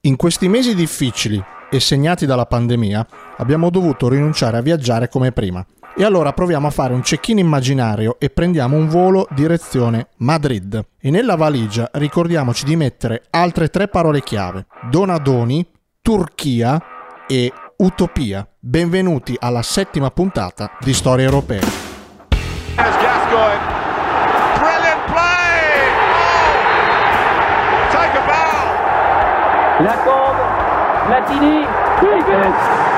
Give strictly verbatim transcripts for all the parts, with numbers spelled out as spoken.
In questi mesi difficili e segnati dalla pandemia abbiamo dovuto rinunciare a viaggiare come prima. E allora proviamo a fare un check-in immaginario e prendiamo un volo direzione Madrid. E nella valigia ricordiamoci di mettere altre tre parole chiave: Donadoni, Turchia e utopia. Benvenuti alla settima puntata di Storie Europee. Gascoigne. Brilliant play. Oh! Take a bow. La Combe, Platini, Piquet.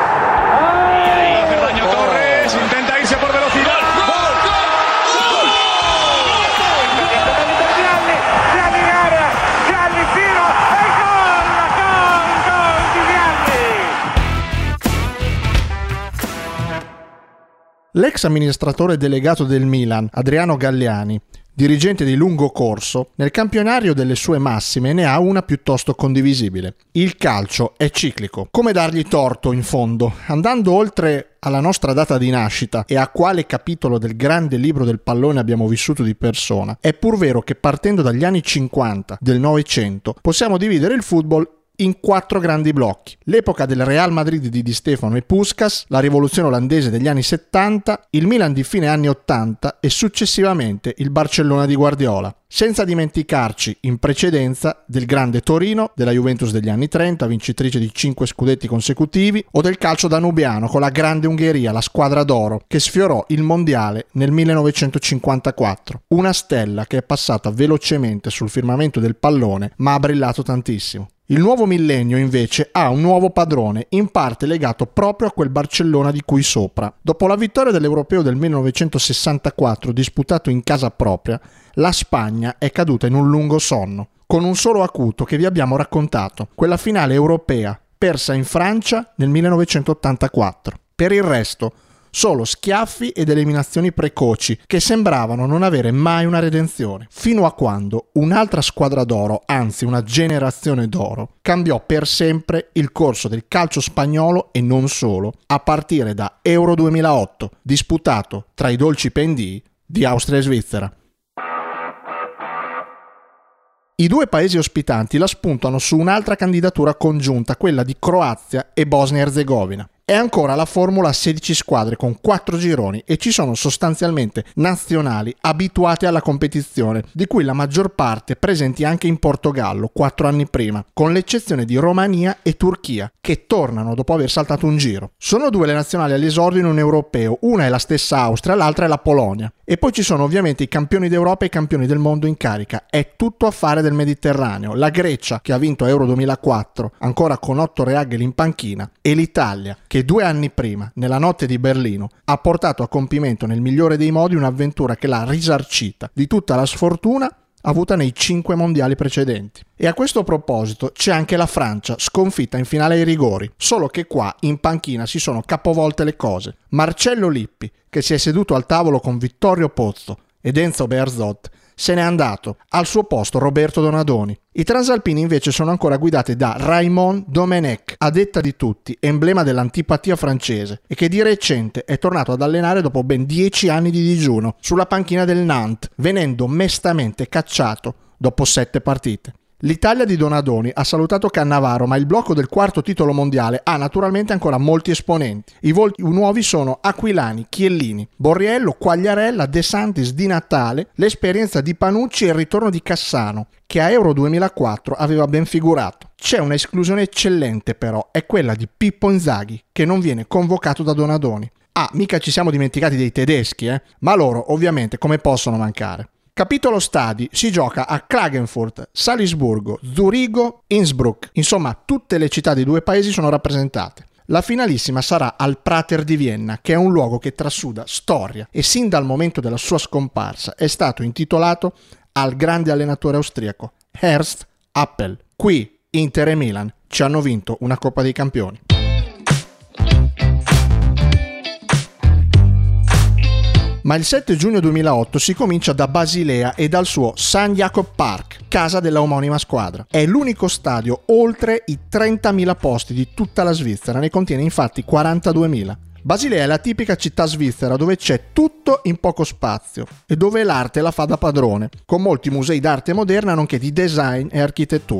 Y Fernández Torres intenta irse por velocidad. L'ex amministratore delegato del Milan, Adriano Galliani, dirigente di lungo corso, nel campionario delle sue massime ne ha una piuttosto condivisibile. Il calcio è ciclico. Come dargli torto, in fondo? Andando oltre alla nostra data di nascita e a quale capitolo del grande libro del pallone abbiamo vissuto di persona, è pur vero che partendo dagli anni cinquanta del Novecento possiamo dividere il football in quattro grandi blocchi: l'epoca del Real Madrid di Di Stefano e Puskás, la rivoluzione olandese degli anni settanta, il Milan di fine anni ottanta e successivamente il Barcellona di Guardiola. Senza dimenticarci in precedenza del grande Torino, della Juventus degli anni trenta, vincitrice di cinque scudetti consecutivi, o del calcio danubiano con la grande Ungheria, la squadra d'oro, che sfiorò il mondiale nel millenovecentocinquantaquattro. Una stella che è passata velocemente sul firmamento del pallone, ma ha brillato tantissimo. Il nuovo millennio invece ha un nuovo padrone, in parte legato proprio a quel Barcellona di cui sopra. Dopo la vittoria dell'Europeo del millenovecentosessantaquattro disputato in casa propria, la Spagna è caduta in un lungo sonno, con un solo acuto che vi abbiamo raccontato, quella finale europea persa in Francia nel millenovecentottantaquattro. Per il resto, solo schiaffi ed eliminazioni precoci che sembravano non avere mai una redenzione, fino a quando un'altra squadra d'oro, anzi una generazione d'oro, cambiò per sempre il corso del calcio spagnolo e non solo, a partire da Euro duemilaotto, disputato tra i dolci pendii di Austria e Svizzera. I due paesi ospitanti la spuntano su un'altra candidatura congiunta, quella di Croazia e Bosnia-Erzegovina. È ancora la formula a sedici squadre con quattro gironi e ci sono sostanzialmente nazionali abituate alla competizione, di cui la maggior parte presenti anche in Portogallo quattro anni prima, con l'eccezione di Romania e Turchia, che tornano dopo aver saltato un giro. Sono due le nazionali all'esordio in un europeo, una è la stessa Austria, l'altra è la Polonia. E poi ci sono ovviamente i campioni d'Europa e i campioni del mondo in carica. È tutto affare del Mediterraneo. La Grecia, che ha vinto Euro duemilaquattro, ancora con Otto Reagel in panchina, e l'Italia, che due anni prima, nella notte di Berlino, ha portato a compimento nel migliore dei modi un'avventura che l'ha risarcita di tutta la sfortuna avuta nei cinque mondiali precedenti. E a questo proposito c'è anche la Francia, sconfitta in finale ai rigori, solo che qua in panchina si sono capovolte le cose. Marcello Lippi, che si è seduto al tavolo con Vittorio Pozzo ed Enzo Bearzot, se n'è andato, al suo posto Roberto Donadoni. I transalpini invece sono ancora guidati da Raymond Domenech, a detta di tutti emblema dell'antipatia francese, e che di recente è tornato ad allenare dopo ben dieci anni di digiuno sulla panchina del Nantes, venendo mestamente cacciato dopo sette partite. L'Italia di Donadoni ha salutato Cannavaro, ma il blocco del quarto titolo mondiale ha naturalmente ancora molti esponenti. I volti nuovi sono Aquilani, Chiellini, Borriello, Quagliarella, De Santis, Di Natale, l'esperienza di Panucci e il ritorno di Cassano, che a Euro duemilaquattro aveva ben figurato. C'è una esclusione eccellente però, è quella di Pippo Inzaghi, che non viene convocato da Donadoni. Ah, mica ci siamo dimenticati dei tedeschi, eh? Ma loro ovviamente come possono mancare? Capitolo stadi si gioca a Klagenfurt, Salisburgo, Zurigo, Innsbruck. Insomma, tutte le città dei due paesi sono rappresentate. La finalissima sarà al Prater di Vienna, che è un luogo che trasuda storia e sin dal momento della sua scomparsa è stato intitolato al grande allenatore austriaco Ernst Happel. Qui Inter e Milan ci hanno vinto una Coppa dei Campioni. Ma il sette giugno duemilaotto si comincia da Basilea e dal suo St. Jakob Park, casa della omonima squadra. È l'unico stadio oltre i trentamila posti di tutta la Svizzera, ne contiene infatti quarantaduemila. Basilea è la tipica città svizzera dove c'è tutto in poco spazio e dove l'arte la fa da padrone, con molti musei d'arte moderna nonché di design e architettura.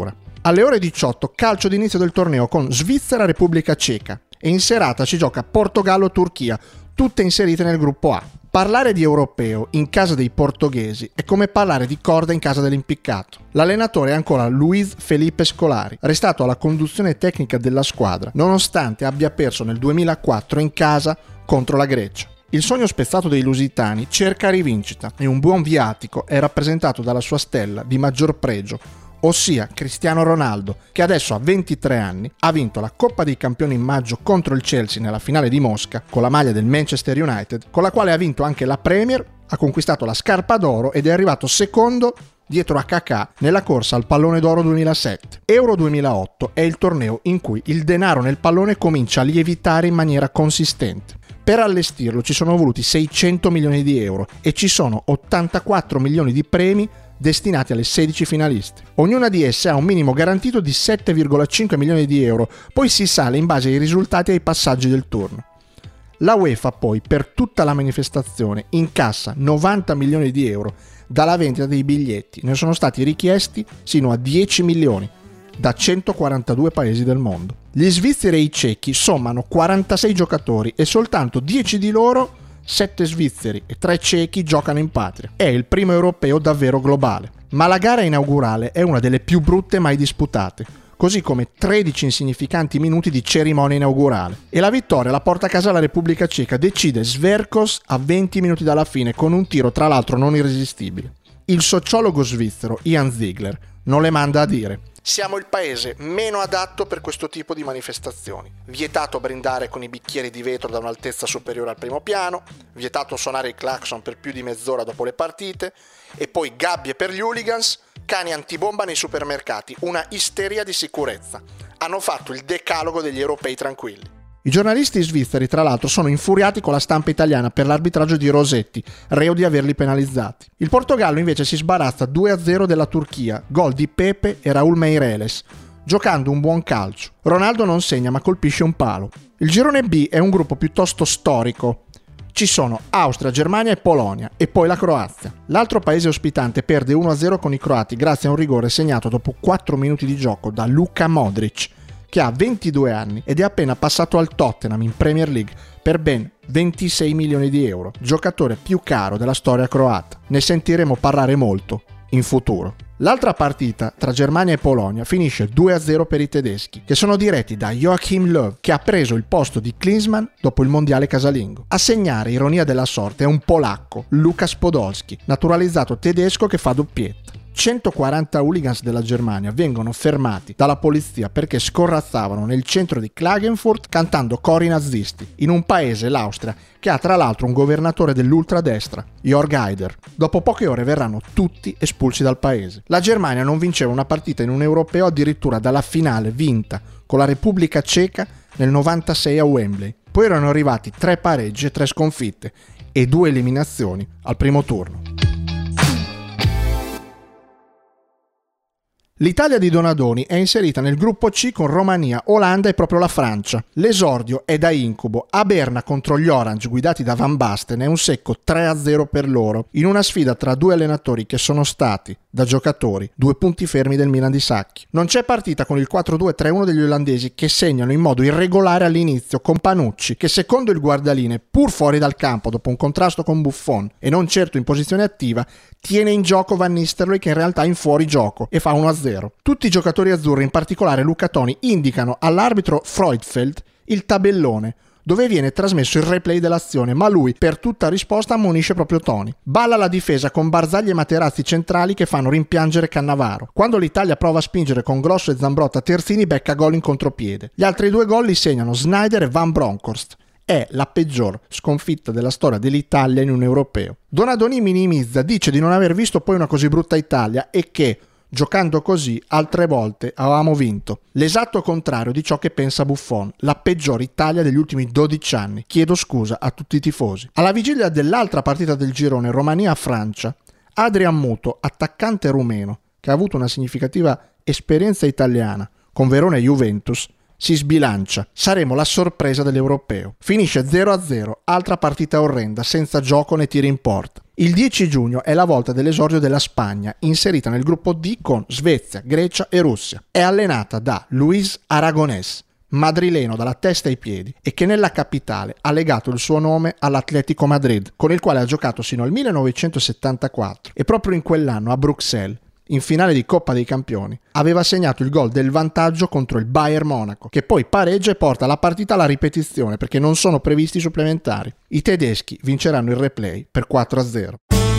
Alle ore diciotto, calcio d'inizio del torneo con Svizzera-Repubblica Ceca e in serata si gioca Portogallo-Turchia, tutte inserite nel gruppo A. Parlare di europeo in casa dei portoghesi è come parlare di corda in casa dell'impiccato. L'allenatore è ancora Luiz Felipe Scolari, restato alla conduzione tecnica della squadra, nonostante abbia perso nel duemilaquattro in casa contro la Grecia. Il sogno spezzato dei lusitani cerca rivincita e un buon viatico è rappresentato dalla sua stella di maggior pregio, ossia Cristiano Ronaldo, che adesso ha ventitré anni, ha vinto la Coppa dei Campioni in maggio contro il Chelsea nella finale di Mosca con la maglia del Manchester United, con la quale ha vinto anche la Premier, ha conquistato la scarpa d'oro ed è arrivato secondo dietro a Kaká nella corsa al pallone d'oro duemilasette. Euro duemilaotto è il torneo in cui il denaro nel pallone comincia a lievitare in maniera consistente. Per allestirlo ci sono voluti seicento milioni di euro e ci sono ottantaquattro milioni di premi destinati alle sedici finaliste. Ognuna di esse ha un minimo garantito di sette virgola cinque milioni di euro, poi si sale in base ai risultati e ai passaggi del turno. La UEFA poi per tutta la manifestazione incassa novanta milioni di euro dalla vendita dei biglietti, ne sono stati richiesti sino a dieci milioni da centoquarantadue paesi del mondo. Gli svizzeri e i cechi sommano quarantasei giocatori e soltanto dieci di loro, sette svizzeri e tre cechi, giocano in patria. È il primo europeo davvero globale. Ma la gara inaugurale è una delle più brutte mai disputate, così come tredici insignificanti minuti di cerimonia inaugurale. E la vittoria la porta a casa la Repubblica Ceca, decide Sverkos a venti minuti dalla fine con un tiro tra l'altro non irresistibile. Il sociologo svizzero Ian Ziegler non le manda a dire: siamo il paese meno adatto per questo tipo di manifestazioni. Vietato brindare con i bicchieri di vetro da un'altezza superiore al primo piano, vietato suonare il clacson per più di mezz'ora dopo le partite, e poi gabbie per gli hooligans, cani antibomba nei supermercati, una isteria di sicurezza. Hanno fatto il decalogo degli europei tranquilli. I giornalisti svizzeri, tra l'altro, sono infuriati con la stampa italiana per l'arbitraggio di Rossetti, reo di averli penalizzati. Il Portogallo invece si sbarazza due a zero della Turchia, gol di Pepe e Raúl Meireles, giocando un buon calcio. Ronaldo non segna ma colpisce un palo. Il girone B è un gruppo piuttosto storico. Ci sono Austria, Germania e Polonia, e poi la Croazia. L'altro paese ospitante perde uno a zero con i croati grazie a un rigore segnato dopo quattro minuti di gioco da Luka Modric, che ha ventidue anni ed è appena passato al Tottenham in Premier League per ben ventisei milioni di euro, giocatore più caro della storia croata. Ne sentiremo parlare molto in futuro. L'altra partita tra Germania e Polonia finisce due a zero per i tedeschi, che sono diretti da Joachim Löw, che ha preso il posto di Klinsmann dopo il mondiale casalingo. A segnare, ironia della sorte, è un polacco, Lukas Podolski, naturalizzato tedesco, che fa doppietta. centoquaranta hooligans della Germania vengono fermati dalla polizia perché scorrazzavano nel centro di Klagenfurt cantando cori nazisti, in un paese, l'Austria, che ha tra l'altro un governatore dell'ultradestra, Jörg Haider. Dopo poche ore verranno tutti espulsi dal paese. La Germania non vinceva una partita in un europeo addirittura dalla finale vinta con la Repubblica Ceca nel novantasei a Wembley. Poi erano arrivati tre pareggi e tre sconfitte e due eliminazioni al primo turno. L'Italia di Donadoni è inserita nel gruppo C con Romania, Olanda e proprio la Francia. L'esordio è da incubo. A Berna contro gli Orange guidati da Van Basten è un secco tre a zero per loro, in una sfida tra due allenatori che sono stati, da giocatori, due punti fermi del Milan di Sacchi. Non c'è partita con il quattro due tre uno degli olandesi, che segnano in modo irregolare all'inizio con Panucci, che secondo il guardaline, pur fuori dal campo dopo un contrasto con Buffon e non certo in posizione attiva, tiene in gioco Van Nistelrooy, che in realtà è in fuorigioco, e fa uno a zero. Tutti i giocatori azzurri, in particolare Luca Toni, indicano all'arbitro Freudfeld il tabellone dove viene trasmesso il replay dell'azione, ma lui per tutta risposta ammonisce proprio Toni. Balla la difesa con Barzagli e Materazzi centrali che fanno rimpiangere Cannavaro. Quando l'Italia prova a spingere con Grosso e Zambrotta, Terzini becca gol in contropiede. Gli altri due gol li segnano Sneijder e Van Bronckhorst. È la peggior sconfitta della storia dell'Italia in un europeo. Donadoni minimizza, dice di non aver visto poi una così brutta Italia e che, giocando così, altre volte avevamo vinto. L'esatto contrario di ciò che pensa Buffon, la peggior Italia degli ultimi dodici anni. Chiedo scusa a tutti i tifosi. Alla vigilia dell'altra partita del girone, Romania-Francia, Adrian Muto, attaccante rumeno, che ha avuto una significativa esperienza italiana con Verona e Juventus, si sbilancia. Saremo la sorpresa dell'europeo. Finisce zero a zero, altra partita orrenda, senza gioco né tiri in porta. Il dieci giugno è la volta dell'esordio della Spagna, inserita nel gruppo D con Svezia, Grecia e Russia. È allenata da Luis Aragonés, madrileno dalla testa ai piedi, e che nella capitale ha legato il suo nome all'Atlético Madrid, con il quale ha giocato sino al millenovecentosettantaquattro, e proprio in quell'anno a Bruxelles, in finale di Coppa dei Campioni, aveva segnato il gol del vantaggio contro il Bayern Monaco, che poi pareggia e porta la partita alla ripetizione perché non sono previsti supplementari. I tedeschi vinceranno il replay per quattro a zero.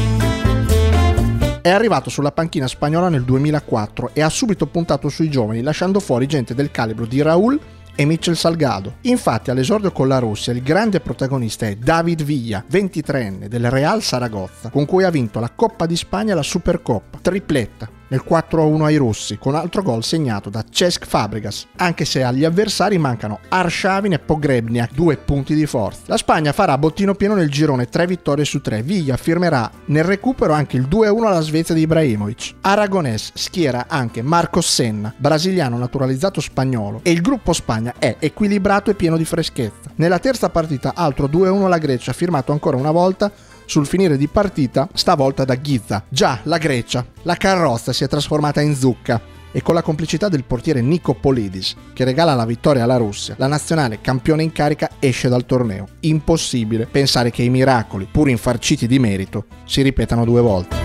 È arrivato sulla panchina spagnola nel duemilaquattro e ha subito puntato sui giovani, lasciando fuori gente del calibro di Raúl e Michel Salgado. Infatti all'esordio con la Russia il grande protagonista è David Villa, ventitreenne del Real Saragozza, con cui ha vinto la Coppa di Spagna e la Supercoppa, tripletta nel quattro a uno ai russi, con altro gol segnato da Cesc Fabregas, anche se agli avversari mancano Arshavin e Pogrebniak, due punti di forza. La Spagna farà bottino pieno nel girone, tre vittorie su tre. Villa firmerà nel recupero anche il due a uno alla Svezia di Ibrahimovic. Aragonés schiera anche Marcos Senna, brasiliano naturalizzato spagnolo, e il gruppo Spagna è equilibrato e pieno di freschezza. Nella terza partita altro due a uno alla Grecia, firmato ancora una volta sul finire di partita, stavolta da Ghizza. Già, la Grecia, la carrozza si è trasformata in zucca, e con la complicità del portiere Nicopolidis, che regala la vittoria alla Russia, la nazionale campione in carica esce dal torneo. Impossibile pensare che i miracoli, pur infarciti di merito, si ripetano due volte.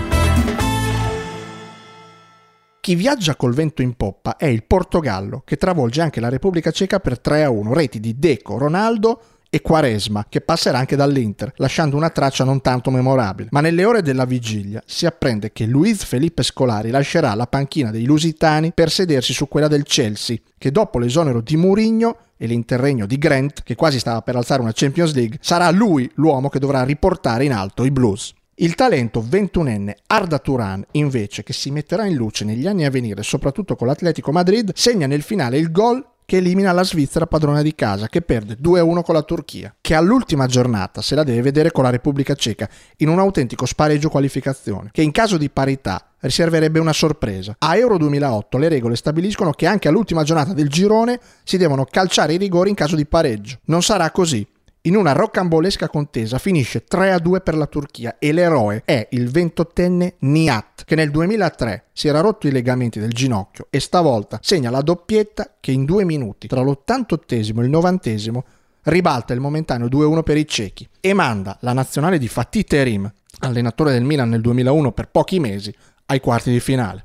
Chi viaggia col vento in poppa è il Portogallo, che travolge anche la Repubblica Ceca per tre a uno, reti di Deco, Ronaldo e Quaresma, che passerà anche dall'Inter, lasciando una traccia non tanto memorabile. Ma nelle ore della vigilia si apprende che Luis Felipe Scolari lascerà la panchina dei lusitani per sedersi su quella del Chelsea, che dopo l'esonero di Mourinho e l'interregno di Grant, che quasi stava per alzare una Champions League, sarà lui l'uomo che dovrà riportare in alto i Blues. Il talento ventunenne Arda Turan, invece, che si metterà in luce negli anni a venire, soprattutto con l'Atletico Madrid, segna nel finale il gol che elimina la Svizzera padrona di casa, che perde due a uno con la Turchia, che all'ultima giornata se la deve vedere con la Repubblica Ceca in un autentico spareggio qualificazione, che in caso di parità riserverebbe una sorpresa. A Euro duemilaotto le regole stabiliscono che anche all'ultima giornata del girone si devono calciare i rigori in caso di pareggio. Non sarà così. In una roccambolesca contesa finisce tre a due per la Turchia e l'eroe è il ventottenne Nihat, che nel duemilatré si era rotto i legamenti del ginocchio e stavolta segna la doppietta che in due minuti, tra l'ottantottesimo e il novantesimo, ribalta il momentaneo due a uno per i cechi e manda la nazionale di Fatih Terim, allenatore del Milan nel duemilauno per pochi mesi, ai quarti di finale.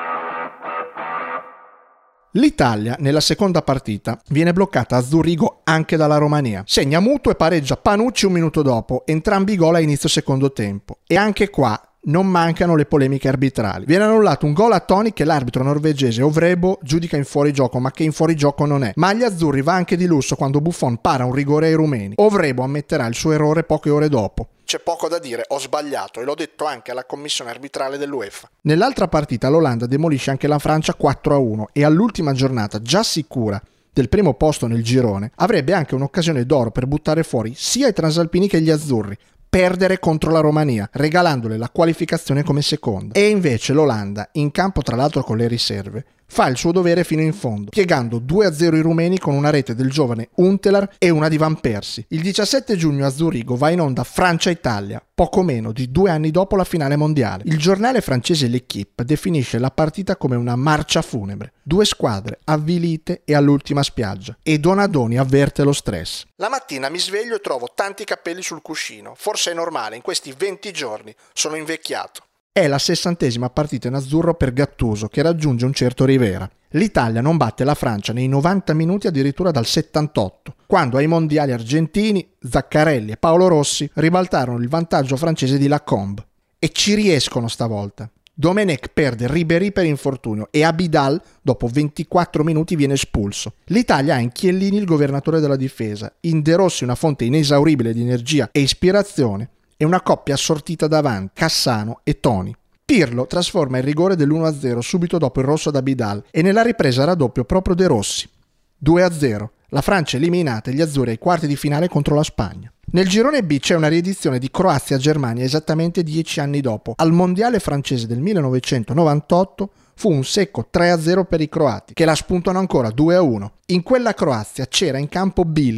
L'Italia, nella seconda partita, viene bloccata a Zurigo anche dalla Romania. Segna Mutu e pareggia Panucci un minuto dopo, entrambi i gol a inizio secondo tempo. E anche qua non mancano le polemiche arbitrali. Viene annullato un gol a Toni che l'arbitro norvegese Ovrebo giudica in fuorigioco, ma che in fuorigioco non è. Ma agli azzurri va anche di lusso quando Buffon para un rigore ai rumeni. Ovrebo ammetterà il suo errore poche ore dopo. C'è poco da dire, ho sbagliato e l'ho detto anche alla commissione arbitrale dell'UEFA. Nell'altra partita l'Olanda demolisce anche la Francia quattro a uno e all'ultima giornata, già sicura del primo posto nel girone, avrebbe anche un'occasione d'oro per buttare fuori sia i transalpini che gli azzurri, perdere contro la Romania, regalandole la qualificazione come seconda. E invece l'Olanda, in campo tra l'altro con le riserve, fa il suo dovere fino in fondo, piegando due a zero i rumeni con una rete del giovane Huntelaar e una di Van Persie. Il diciassette giugno a Zurigo va in onda Francia-Italia, poco meno di due anni dopo la finale mondiale. Il giornale francese L'Équipe definisce la partita come una marcia funebre. Due squadre avvilite e all'ultima spiaggia. E Donadoni avverte lo stress. La mattina mi sveglio e trovo tanti capelli sul cuscino. Forse è normale, in questi venti giorni sono invecchiato. È la sessantesima partita in azzurro per Gattuso, che raggiunge un certo Rivera. L'Italia non batte la Francia nei novanta minuti addirittura dal settantotto, quando ai mondiali argentini Zaccarelli e Paolo Rossi ribaltarono il vantaggio francese di Lacombe. E ci riescono stavolta. Domenech perde Ribéry per infortunio e Abidal, dopo ventiquattro minuti, viene espulso. L'Italia ha in Chiellini il governatore della difesa, in De Rossi una fonte inesauribile di energia e ispirazione, e una coppia assortita davanti, Cassano e Toni. Pirlo trasforma il rigore dell'uno a zero subito dopo il rosso da Abidal e nella ripresa raddoppio proprio De Rossi. due a zero. La Francia eliminata e gli azzurri ai quarti di finale contro la Spagna. Nel girone B c'è una riedizione di Croazia-Germania esattamente dieci anni dopo. Al mondiale francese del millenovecentonovantotto fu un secco tre a zero per i croati, che la spuntano ancora due a uno. In quella Croazia c'era in campo Bilic,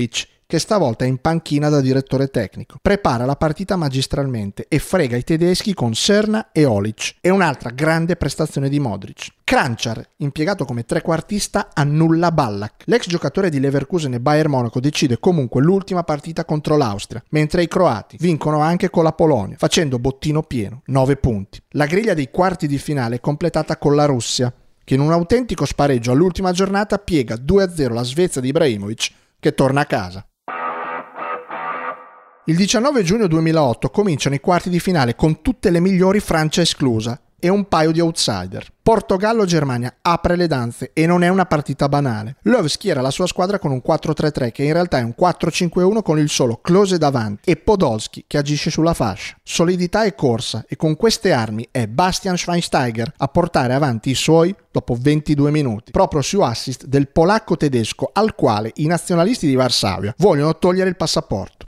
che stavolta è in panchina da direttore tecnico. Prepara la partita magistralmente e frega i tedeschi con Serna e Olic. E un'altra grande prestazione di Modric. Kranjčar, impiegato come trequartista, annulla Ballack. L'ex giocatore di Leverkusen e Bayern Monaco decide comunque l'ultima partita contro l'Austria, mentre i croati vincono anche con la Polonia, facendo bottino pieno, nove punti. La griglia dei quarti di finale è completata con la Russia, che in un autentico spareggio all'ultima giornata piega due a zero la Svezia di Ibrahimovic, che torna a casa. Il diciannove giugno duemilaotto cominciano i quarti di finale con tutte le migliori, Francia esclusa, e un paio di outsider. Portogallo-Germania apre le danze e non è una partita banale. Löw schiera la sua squadra con un quattro tre tre che in realtà è un quattro cinque uno con il solo Klose davanti e Podolski che agisce sulla fascia. Solidità e corsa, e con queste armi è Bastian Schweinsteiger a portare avanti i suoi dopo ventidue minuti, proprio su assist del polacco tedesco al quale i nazionalisti di Varsavia vogliono togliere il passaporto.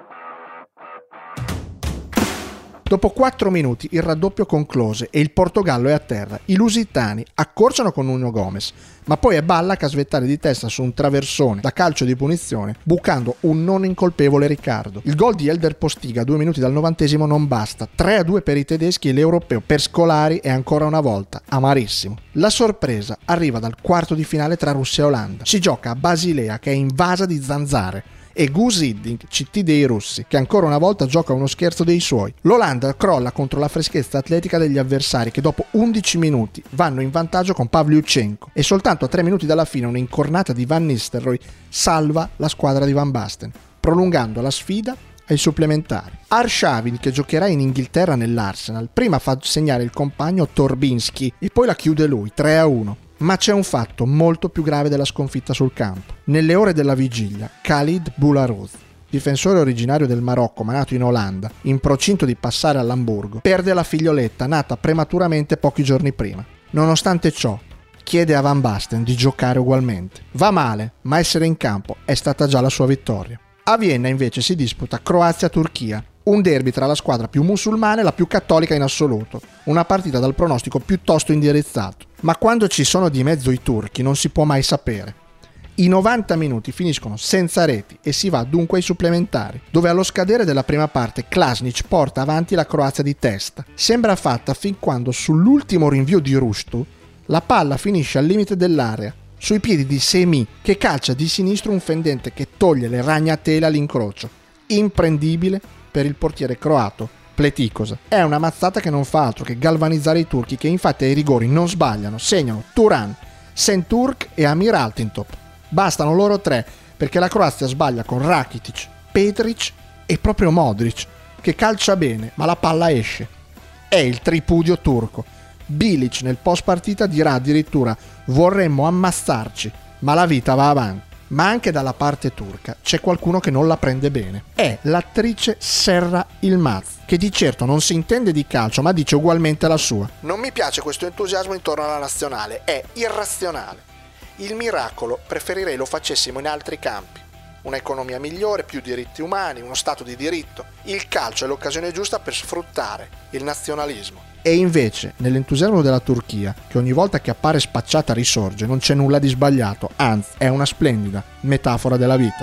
Dopo quattro minuti il raddoppio con Klose e il Portogallo è a terra. I lusitani accorciano con Nuno Gomes, ma poi è Ballack a svettare di testa su un traversone da calcio di punizione, bucando un non incolpevole Riccardo. Il gol di Elder Postiga a due minuti dal novantesimo non basta. tre a due per i tedeschi e l'europeo per Scolari è ancora una volta amarissimo. La sorpresa arriva dal quarto di finale tra Russia e Olanda. Si gioca a Basilea, che è invasa di zanzare, e Gus Hiddink, C T dei russi, che ancora una volta gioca uno scherzo dei suoi. L'Olanda crolla contro la freschezza atletica degli avversari, che dopo undici minuti vanno in vantaggio con Pavlyuchenko, e soltanto a tre minuti dalla fine un'incornata di Van Nistelrooy salva la squadra di Van Basten, prolungando la sfida ai supplementari. Arshavin, che giocherà in Inghilterra nell'Arsenal, prima fa segnare il compagno Torbinski e poi la chiude lui, tre a uno. Ma c'è un fatto molto più grave della sconfitta sul campo. Nelle ore della vigilia, Khalid Boularouz, difensore originario del Marocco ma nato in Olanda, in procinto di passare all'Amburgo, perde la figlioletta nata prematuramente pochi giorni prima. Nonostante ciò, chiede a Van Basten di giocare ugualmente. Va male, ma essere in campo è stata già la sua vittoria. A Vienna invece si disputa Croazia-Turchia, un derby tra la squadra più musulmana e la più cattolica in assoluto, una partita dal pronostico piuttosto indirizzato. Ma quando ci sono di mezzo i turchi non si può mai sapere. I novanta minuti finiscono senza reti e si va dunque ai supplementari, dove allo scadere della prima parte Klasnic porta avanti la Croazia di testa. Sembra fatta fin quando sull'ultimo rinvio di Rushtu la palla finisce al limite dell'area, sui piedi di Semi, che calcia di sinistro un fendente che toglie le ragnatele all'incrocio. Imprendibile per il portiere croato Pletikosa. È una mazzata che non fa altro che galvanizzare i turchi, che infatti ai rigori non sbagliano, segnano Turan, Şentürk e Amir Altintop. Bastano loro tre perché la Croazia sbaglia con Rakitic, Petric e proprio Modric, che calcia bene ma la palla esce. È il tripudio turco. Bilic nel post partita dirà addirittura: vorremmo ammazzarci, ma la vita va avanti. Ma anche dalla parte turca c'è qualcuno che non la prende bene. È l'attrice Serra Yılmaz, che di certo non si intende di calcio, ma dice ugualmente la sua. Non mi piace questo entusiasmo intorno alla nazionale, è irrazionale. Il miracolo preferirei lo facessimo in altri campi. Un'economia migliore, più diritti umani, uno stato di diritto. Il calcio è l'occasione giusta per sfruttare il nazionalismo. E invece, nell'entusiasmo della Turchia, che ogni volta che appare spacciata risorge, non c'è nulla di sbagliato, anzi è una splendida metafora della vita.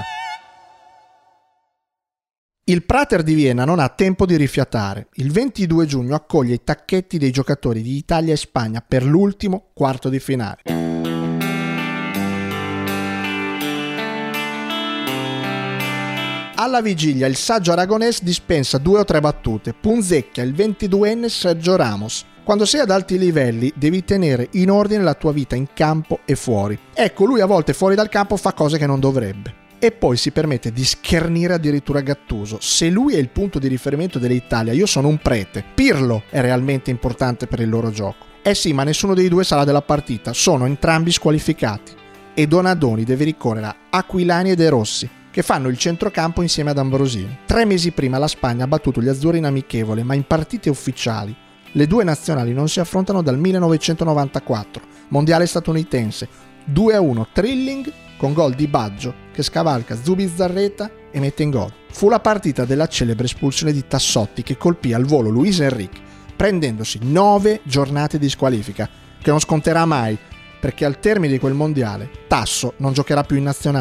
Il Prater di Vienna non ha tempo di rifiatare. Il ventidue giugno accoglie i tacchetti dei giocatori di Italia e Spagna per l'ultimo quarto di finale. Alla vigilia il saggio aragonese dispensa due o tre battute, punzecchia il ventiduenne Sergio Ramos. Quando sei ad alti livelli devi tenere in ordine la tua vita in campo e fuori. Ecco, lui a volte fuori dal campo fa cose che non dovrebbe. E poi si permette di schernire addirittura Gattuso. Se lui è il punto di riferimento dell'Italia, io sono un prete. Pirlo è realmente importante per il loro gioco. Eh sì, ma nessuno dei due sarà della partita, sono entrambi squalificati. E Donadoni deve ricorrere a Aquilani e De Rossi, che fanno il centrocampo insieme ad Ambrosini. Tre mesi prima la Spagna ha battuto gli azzurri in amichevole, ma in partite ufficiali le due nazionali non si affrontano dal millenovecentonovantaquattro, mondiale statunitense. due a uno Trilling con gol di Baggio che scavalca Zubizarreta e mette in gol. Fu la partita della celebre espulsione di Tassotti, che colpì al volo Luis Enrique, prendendosi nove giornate di squalifica, che non sconterà mai, perché al termine di quel mondiale Tasso non giocherà più in nazionale.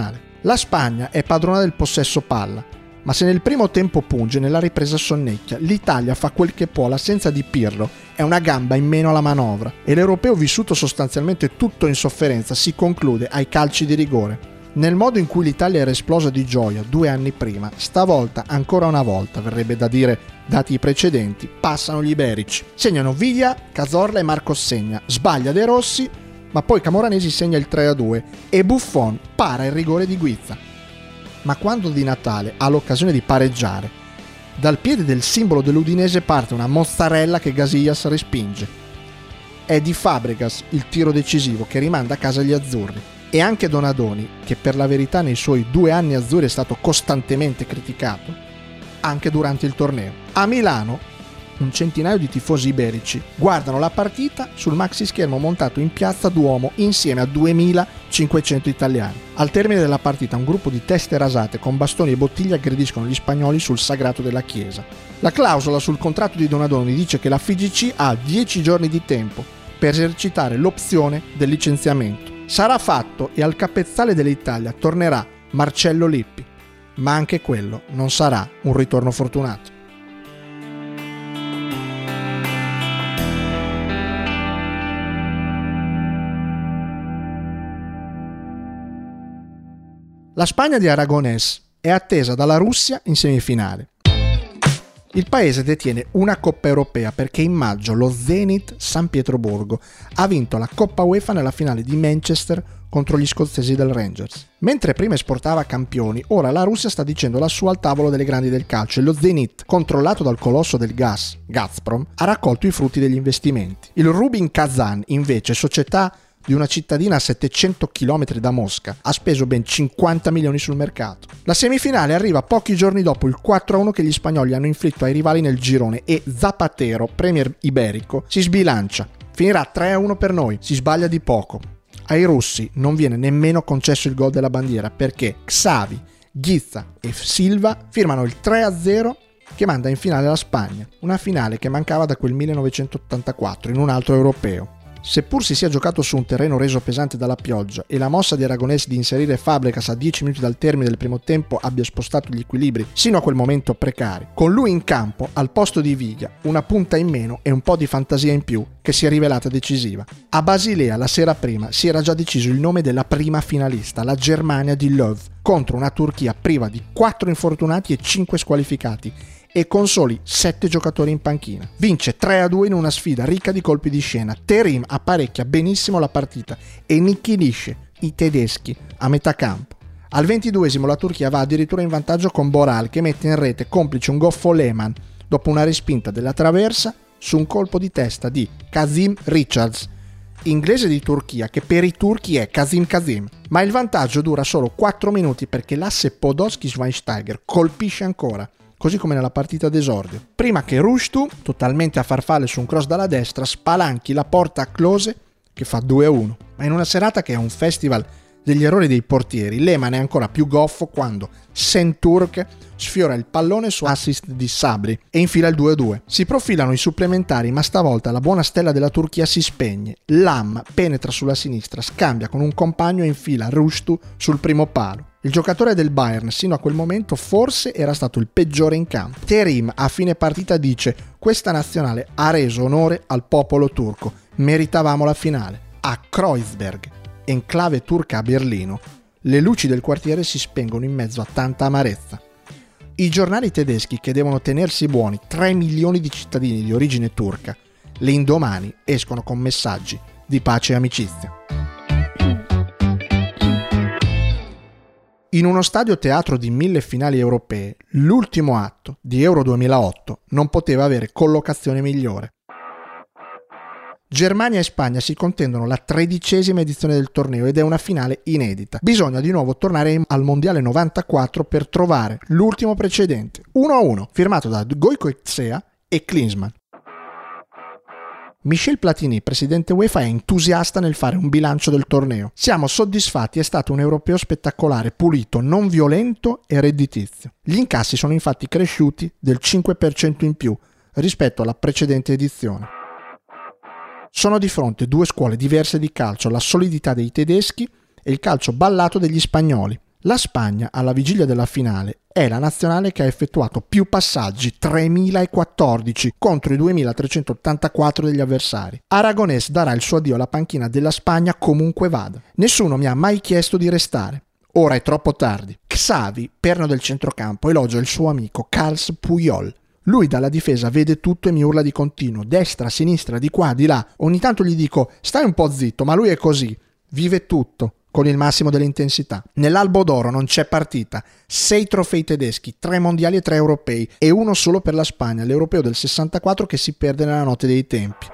La Spagna è padrona del possesso palla, ma se nel primo tempo punge, nella ripresa sonnecchia. L'Italia fa quel che può, l'assenza di Pirlo è una gamba in meno alla manovra e l'europeo, vissuto sostanzialmente tutto in sofferenza, si conclude ai calci di rigore. Nel modo in cui l'Italia era esplosa di gioia due anni prima, stavolta, ancora una volta, verrebbe da dire, dati i precedenti, passano gli iberici. Segnano Viglia, Cazorla e Marcos segna, sbaglia De Rossi, ma poi Camoranesi segna il tre a due e Buffon para il rigore di Guizza. Ma quando Di Natale ha l'occasione di pareggiare, dal piede del simbolo dell'Udinese parte una mozzarella che Casillas respinge. È di Fabregas il tiro decisivo che rimanda a casa gli azzurri. E anche Donadoni, che per la verità nei suoi due anni azzurri è stato costantemente criticato, anche durante il torneo. A Milano, un centinaio di tifosi iberici guardano la partita sul maxi schermo montato in piazza Duomo insieme a duemilacinquecento italiani. Al termine della partita un gruppo di teste rasate con bastoni e bottiglie aggrediscono gli spagnoli sul sagrato della chiesa. La clausola sul contratto di Donadoni dice che la F I G C ha dieci giorni di tempo per esercitare l'opzione del licenziamento. Sarà fatto e al capezzale dell'Italia tornerà Marcello Lippi, ma anche quello non sarà un ritorno fortunato. La Spagna di Aragonés è attesa dalla Russia in semifinale. Il paese detiene una Coppa Europea perché in maggio lo Zenit San Pietroburgo ha vinto la Coppa UEFA nella finale di Manchester contro gli scozzesi del Rangers. Mentre prima esportava campioni, ora la Russia sta dicendo la sua al tavolo delle grandi del calcio e lo Zenit, controllato dal colosso del gas, Gazprom, ha raccolto i frutti degli investimenti. Il Rubin Kazan, invece, società di una cittadina a settecento chilometri da Mosca, ha speso ben cinquanta milioni sul mercato. La semifinale arriva pochi giorni dopo il quattro a uno che gli spagnoli hanno inflitto ai rivali nel girone e Zapatero, premier iberico, si sbilancia. Finirà tre a uno per noi, si sbaglia di poco. Ai russi non viene nemmeno concesso il gol della bandiera perché Xavi, Ghizza e Silva firmano il tre a zero che manda in finale la Spagna, una finale che mancava da quel millenovecentottantaquattro in un altro europeo. Seppur si sia giocato su un terreno reso pesante dalla pioggia e la mossa di Aragonés di inserire Fabregas a dieci minuti dal termine del primo tempo abbia spostato gli equilibri sino a quel momento precari, con lui in campo, al posto di Viglia, una punta in meno e un po' di fantasia in più che si è rivelata decisiva. A Basilea, la sera prima, si era già deciso il nome della prima finalista, la Germania di Löw, contro una Turchia priva di quattro infortunati e cinque squalificati, e con soli sette giocatori in panchina. Vince tre a due in una sfida ricca di colpi di scena. Terim apparecchia benissimo la partita e nichilisce i tedeschi a metà campo. Al ventiduesimo la Turchia va addirittura in vantaggio con Boral che mette in rete complice un goffo Lehmann dopo una respinta della traversa su un colpo di testa di Kazim Richards, inglese di Turchia che per i turchi è Kazim Kazim. Ma il vantaggio dura solo quattro minuti perché l'asse Podolski-Schweinsteiger colpisce ancora, così come nella partita d'esordio, prima che Rushtu, totalmente a farfalle su un cross dalla destra, spalanchi la porta a Klose che fa due a uno. Ma in una serata che è un festival degli errori dei portieri, Lehmann è ancora più goffo quando Şentürk sfiora il pallone su assist di Sabri e infila il due a due. Si profilano i supplementari, ma stavolta la buona stella della Turchia si spegne. Lam penetra sulla sinistra, scambia con un compagno e infila Rushtu sul primo palo. Il giocatore del Bayern sino a quel momento forse era stato il peggiore in campo. Terim a fine partita dice: questa nazionale ha reso onore al popolo turco, meritavamo la finale. A Kreuzberg, enclave turca a Berlino, le luci del quartiere si spengono in mezzo a tanta amarezza. I giornali tedeschi, che devono tenersi buoni tre milioni di cittadini di origine turca, l'indomani escono con messaggi di pace e amicizia. In uno stadio teatro di mille finali europee, l'ultimo atto di Euro duemilaotto non poteva avere collocazione migliore. Germania e Spagna si contendono la tredicesima edizione del torneo ed è una finale inedita. Bisogna di nuovo tornare al Mondiale novantaquattro per trovare l'ultimo precedente, uno a uno, firmato da Goicoechea e Klinsmann. Michel Platini, presidente UEFA, è entusiasta nel fare un bilancio del torneo. Siamo soddisfatti, è stato un europeo spettacolare, pulito, non violento e redditizio. Gli incassi sono infatti cresciuti del cinque per cento in più rispetto alla precedente edizione. Sono di fronte due scuole diverse di calcio, la solidità dei tedeschi e il calcio ballato degli spagnoli. La Spagna, alla vigilia della finale, è la nazionale che ha effettuato più passaggi, tremilaquattordici, contro i duemilatrecentottantaquattro degli avversari. Aragonés darà il suo addio alla panchina della Spagna comunque vada. Nessuno mi ha mai chiesto di restare. Ora è troppo tardi. Xavi, perno del centrocampo, elogia il suo amico Carles Puyol. Lui dalla difesa vede tutto e mi urla di continuo, destra, sinistra, di qua, di là. Ogni tanto gli dico, stai un po' zitto, ma lui è così. Vive tutto, con il massimo dell'intensità. Nell'Albo d'Oro non c'è partita. Sei trofei tedeschi, tre mondiali e tre europei, e uno solo per la Spagna, l'europeo del sessantaquattro che si perde nella notte dei tempi.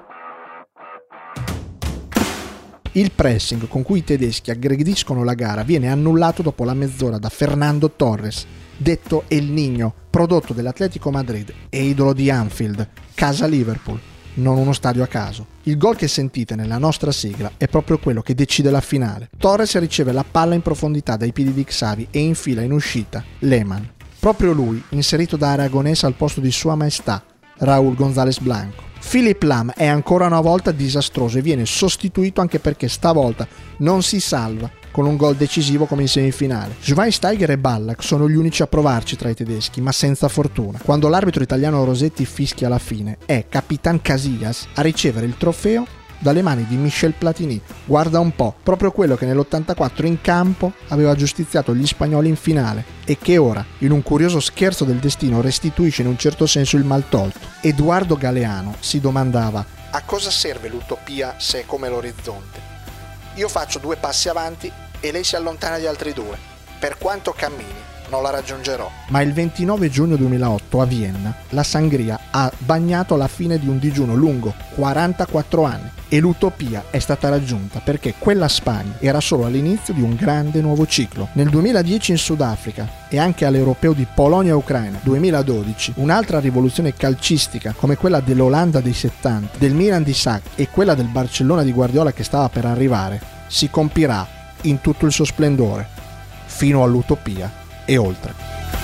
Il pressing con cui i tedeschi aggrediscono la gara viene annullato dopo la mezz'ora da Fernando Torres, detto El Niño, prodotto dell'Atletico Madrid e idolo di Anfield, casa Liverpool, non uno stadio a caso. Il gol che sentite nella nostra sigla è proprio quello che decide la finale. Torres riceve la palla in profondità dai piedi di Xavi e infila in uscita Lehmann. Proprio lui, inserito da Aragonés al posto di Sua Maestà, Raúl González Blanco. Philipp Lahm è ancora una volta disastroso e viene sostituito anche perché stavolta non si salva con un gol decisivo come in semifinale. Schweinsteiger e Ballack sono gli unici a provarci tra i tedeschi, ma senza fortuna. Quando l'arbitro italiano Rosetti fischia alla fine, è Capitan Casillas a ricevere il trofeo dalle mani di Michel Platini. Guarda un po', proprio quello che nell'ottantaquattro in campo aveva giustiziato gli spagnoli in finale e che ora, in un curioso scherzo del destino, restituisce in un certo senso il mal tolto. Edoardo Galeano si domandava: a cosa serve l'utopia se è come l'orizzonte? Io faccio due passi avanti e lei si allontana di altri due. Per quanto cammini, non la raggiungerò. Ma il ventinove giugno duemilaotto a Vienna la sangria ha bagnato la fine di un digiuno lungo quarantaquattro anni e l'utopia è stata raggiunta perché quella Spagna era solo all'inizio di un grande nuovo ciclo. Nel duemiladieci in Sudafrica e anche all'Europeo di Polonia e Ucraina duemiladodici un'altra rivoluzione calcistica come quella dell'Olanda dei settanta, del Milan di Sarri e quella del Barcellona di Guardiola che stava per arrivare si compirà in tutto il suo splendore fino all'utopia e oltre.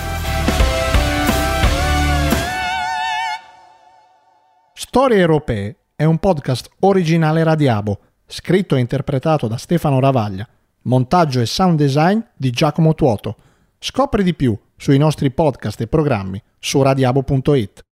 Storie Europee è un podcast originale Radiabo, scritto e interpretato da Stefano Ravaglia, montaggio e sound design di Giacomo Tuoto. Scopri di più sui nostri podcast e programmi su radiabo punto it.